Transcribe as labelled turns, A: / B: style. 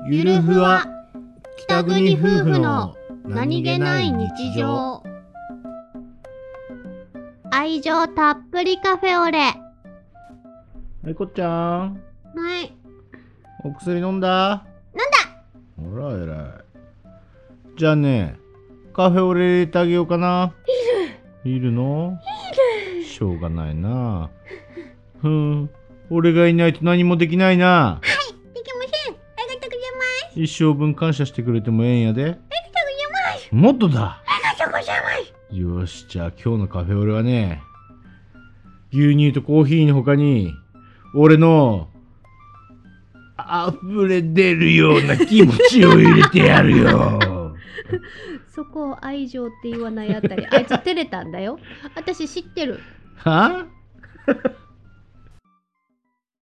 A: ゆるふわ北国夫婦の何気ない日常。
B: 愛情たっぷりカフェオレ。
A: はい、こっちゃん。
B: はい。
A: お薬飲んだ？ほら、偉い。じゃあね、カフェオレ入れてあげようかな。いるの？しょうがないな。俺がいないと何もできないな。
B: できません。ありがとうございます。
A: 一生分感謝してくれてもええんやで。
B: ありがとうございます。
A: もっとだ。
B: ありがとうございます。
A: よし、じゃあ今日のカフェオレはね、牛乳とコーヒーの他に、俺の溢れ出るような気持ちを入れてやるよ。
B: そこを愛情って言わないあたり、あいつ照れたんだよ。私知ってる。
A: は？